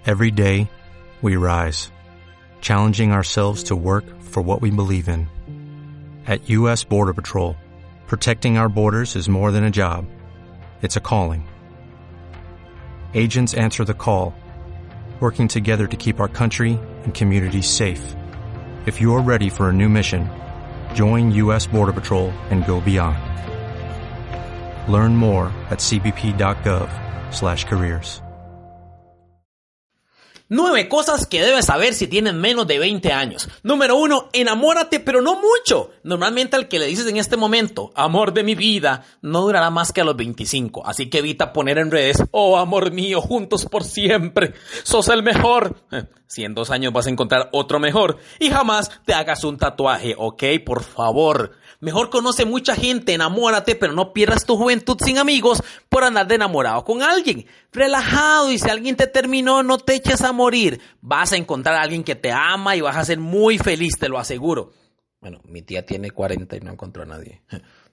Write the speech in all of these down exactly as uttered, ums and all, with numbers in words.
Every day, we rise, challenging ourselves to work for what we believe in. At U S Border Patrol, protecting our borders is more than a job. It's a calling. Agents answer the call, working together to keep our country and communities safe. If you're ready for a new mission, join U S Border Patrol and go beyond. Learn more at cbp.gov slash careers. Nueve cosas que debes saber si tienes menos de veinte años. Número uno, enamórate, pero no mucho. Normalmente al que le dices en este momento, amor de mi vida, no durará más que a los veinticinco. Así que evita poner en redes, oh amor mío, juntos por siempre, sos el mejor. Si en dos años vas a encontrar otro mejor. Y jamás te hagas un tatuaje, ¿ok? Por favor. Mejor conoce mucha gente, enamórate, pero no pierdas tu juventud sin amigos por andar de enamorado con alguien. Relajado, y si alguien te terminó, no te eches a morir. Vas a encontrar a alguien que te ama y vas a ser muy feliz, te lo aseguro. Bueno, mi tía tiene cuarenta y no encontró a nadie.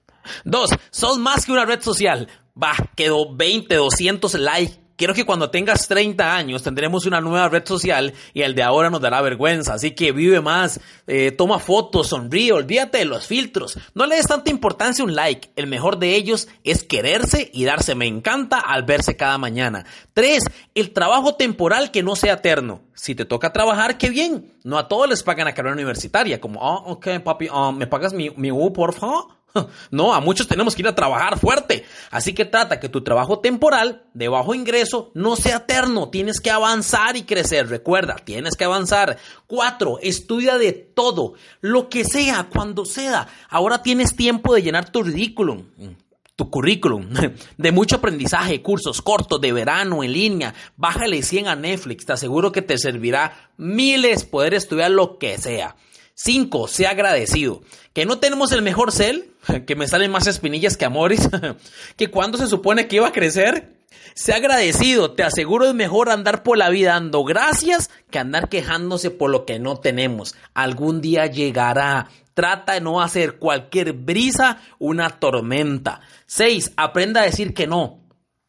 Dos, sos más que una red social. Va, quedó veinte, doscientos likes. Quiero que cuando tengas treinta años tendremos una nueva red social y el de ahora nos dará vergüenza. Así que vive más, eh, toma fotos, sonríe, olvídate de los filtros. No le des tanta importancia a un like. El mejor de ellos es quererse y darse me encanta al verse cada mañana. Tres, el trabajo temporal que no sea eterno. Si te toca trabajar, qué bien. No a todos les pagan la carrera universitaria. Como, ah, oh, ok, papi, uh, ¿me pagas mi, mi U, por favor? No, a muchos tenemos que ir a trabajar fuerte. Así que trata que tu trabajo temporal, de bajo ingreso, no sea eterno. Tienes que avanzar y crecer. Recuerda, tienes que avanzar. Cuatro, estudia de todo. Lo que sea, cuando sea. Ahora tienes tiempo de llenar tu currículum. Tu currículum. De mucho aprendizaje, cursos cortos, de verano, en línea. Bájale cien a Netflix. Te aseguro que te servirá miles poder estudiar lo que sea. Cinco, sea agradecido. Que no tenemos el mejor cel, que me salen más espinillas que amores, que cuando se supone que iba a crecer. Sea agradecido, te aseguro es mejor andar por la vida dando gracias que andar quejándose por lo que no tenemos. Algún día llegará. Trata de no hacer cualquier brisa una tormenta. Seis, aprenda a decir que no.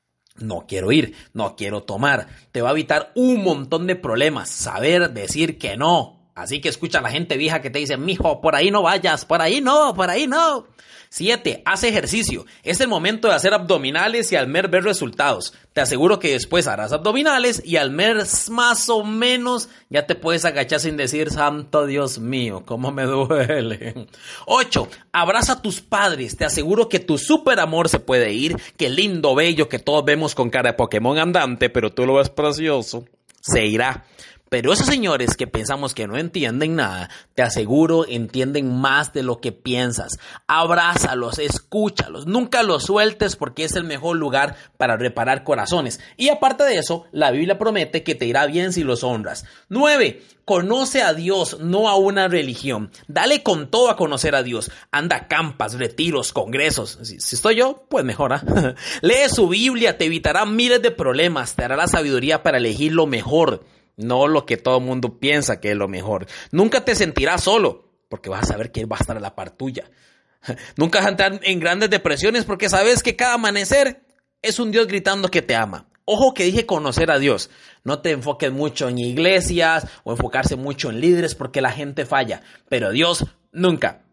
No quiero ir, no quiero tomar. Te va a evitar un montón de problemas. Saber decir que no. Así que escucha a la gente vieja que te dice, mijo, por ahí no vayas, por ahí no, por ahí no. Siete, haz ejercicio. Es el momento de hacer abdominales y al mes ver resultados. Te aseguro que después harás abdominales y al mes más o menos ya te puedes agachar sin decir, santo Dios mío, cómo me duele. Ocho, abraza a tus padres. Te aseguro que tu super amor se puede ir. Qué lindo, bello, que todos vemos con cara de Pokémon andante, pero tú lo ves precioso. Se irá. Pero esos señores que pensamos que no entienden nada, te aseguro entienden más de lo que piensas. Abrázalos, escúchalos, nunca los sueltes porque es el mejor lugar para reparar corazones. Y aparte de eso, la Biblia promete que te irá bien si los honras. Nueve, conoce a Dios, no a una religión. Dale con todo a conocer a Dios. Anda a campas, retiros, congresos. Si, si estoy yo, pues mejora. Lee su Biblia, te evitará miles de problemas, te hará la sabiduría para elegir lo mejor. No lo que todo el mundo piensa que es lo mejor. Nunca te sentirás solo, porque vas a saber que Él va a estar a la par tuya. Nunca vas a entrar en grandes depresiones, porque sabes que cada amanecer es un Dios gritando que te ama. Ojo que dije conocer a Dios. No te enfoques mucho en iglesias o enfocarse mucho en líderes, porque la gente falla. Pero Dios nunca.